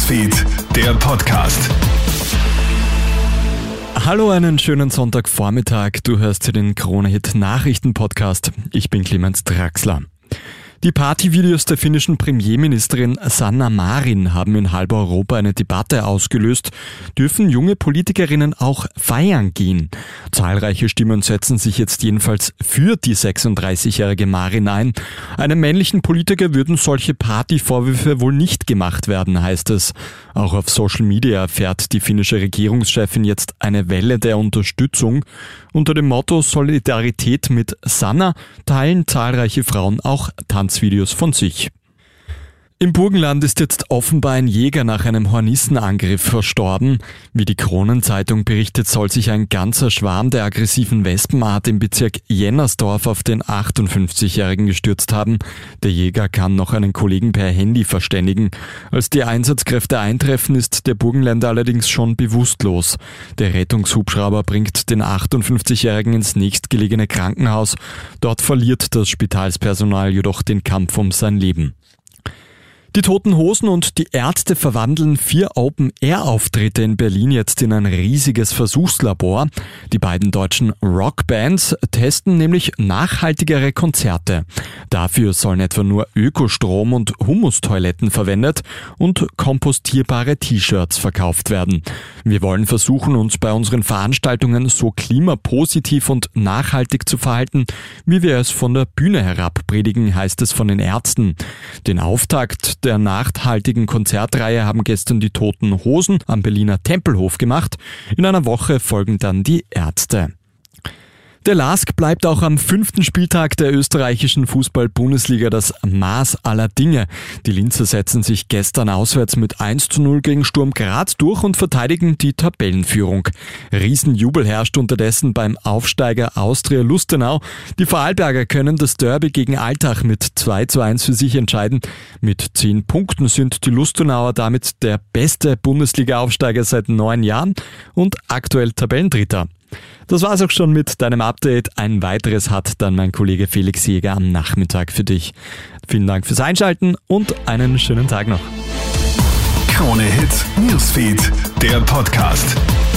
Newsfeed, der Podcast. Hallo, einen schönen Sonntagvormittag. Du hörst hier den Krone-Hit-Nachrichten-Podcast. Ich bin Clemens Draxler. Die Partyvideos der finnischen Premierministerin Sanna Marin haben in halb Europa eine Debatte ausgelöst. Dürfen junge Politikerinnen auch feiern gehen? Zahlreiche Stimmen setzen sich jetzt jedenfalls für die 36-jährige Marin ein. Einem männlichen Politiker würden solche Partyvorwürfe wohl nicht gemacht werden, heißt es. Auch auf Social Media erfährt die finnische Regierungschefin jetzt eine Welle der Unterstützung. Unter dem Motto Solidarität mit Sanna teilen zahlreiche Frauen auch Tanzvideos von sich. Im Burgenland ist jetzt offenbar ein Jäger nach einem Hornissenangriff verstorben. Wie die Kronenzeitung berichtet, soll sich ein ganzer Schwarm der aggressiven Wespenart im Bezirk Jennersdorf auf den 58-Jährigen gestürzt haben. Der Jäger kann noch einen Kollegen per Handy verständigen. Als die Einsatzkräfte eintreffen, ist der Burgenländer allerdings schon bewusstlos. Der Rettungshubschrauber bringt den 58-Jährigen ins nächstgelegene Krankenhaus. Dort verliert das Spitalspersonal jedoch den Kampf um sein Leben. Die Toten Hosen und die Ärzte verwandeln 4 Open-Air-Auftritte in Berlin jetzt in ein riesiges Versuchslabor. Die beiden deutschen Rockbands testen nämlich nachhaltigere Konzerte. Dafür sollen etwa nur Ökostrom und Humustoiletten verwendet und kompostierbare T-Shirts verkauft werden. Wir wollen versuchen, uns bei unseren Veranstaltungen so klimapositiv und nachhaltig zu verhalten, wie wir es von der Bühne herab predigen, heißt es von den Ärzten. Den Auftakt der nachhaltigen Konzertreihe haben gestern die Toten Hosen am Berliner Tempelhof gemacht. In einer Woche folgen dann die Ärzte. Der LASK bleibt auch am 5. Spieltag der österreichischen Fußball-Bundesliga das Maß aller Dinge. Die Linzer setzen sich gestern auswärts mit 1:0 gegen Sturm Graz durch und verteidigen die Tabellenführung. Riesenjubel herrscht unterdessen beim Aufsteiger Austria Lustenau. Die Vorarlberger können das Derby gegen Altach mit 2:1 für sich entscheiden. Mit 10 Punkten sind die Lustenauer damit der beste Bundesliga-Aufsteiger seit 9 Jahren und aktuell Tabellendritter. Das war's auch schon mit deinem Update. Ein weiteres hat dann mein Kollege Felix Jäger am Nachmittag für dich. Vielen Dank fürs Einschalten und einen schönen Tag noch. Krone-Hit Newsfeed, der Podcast.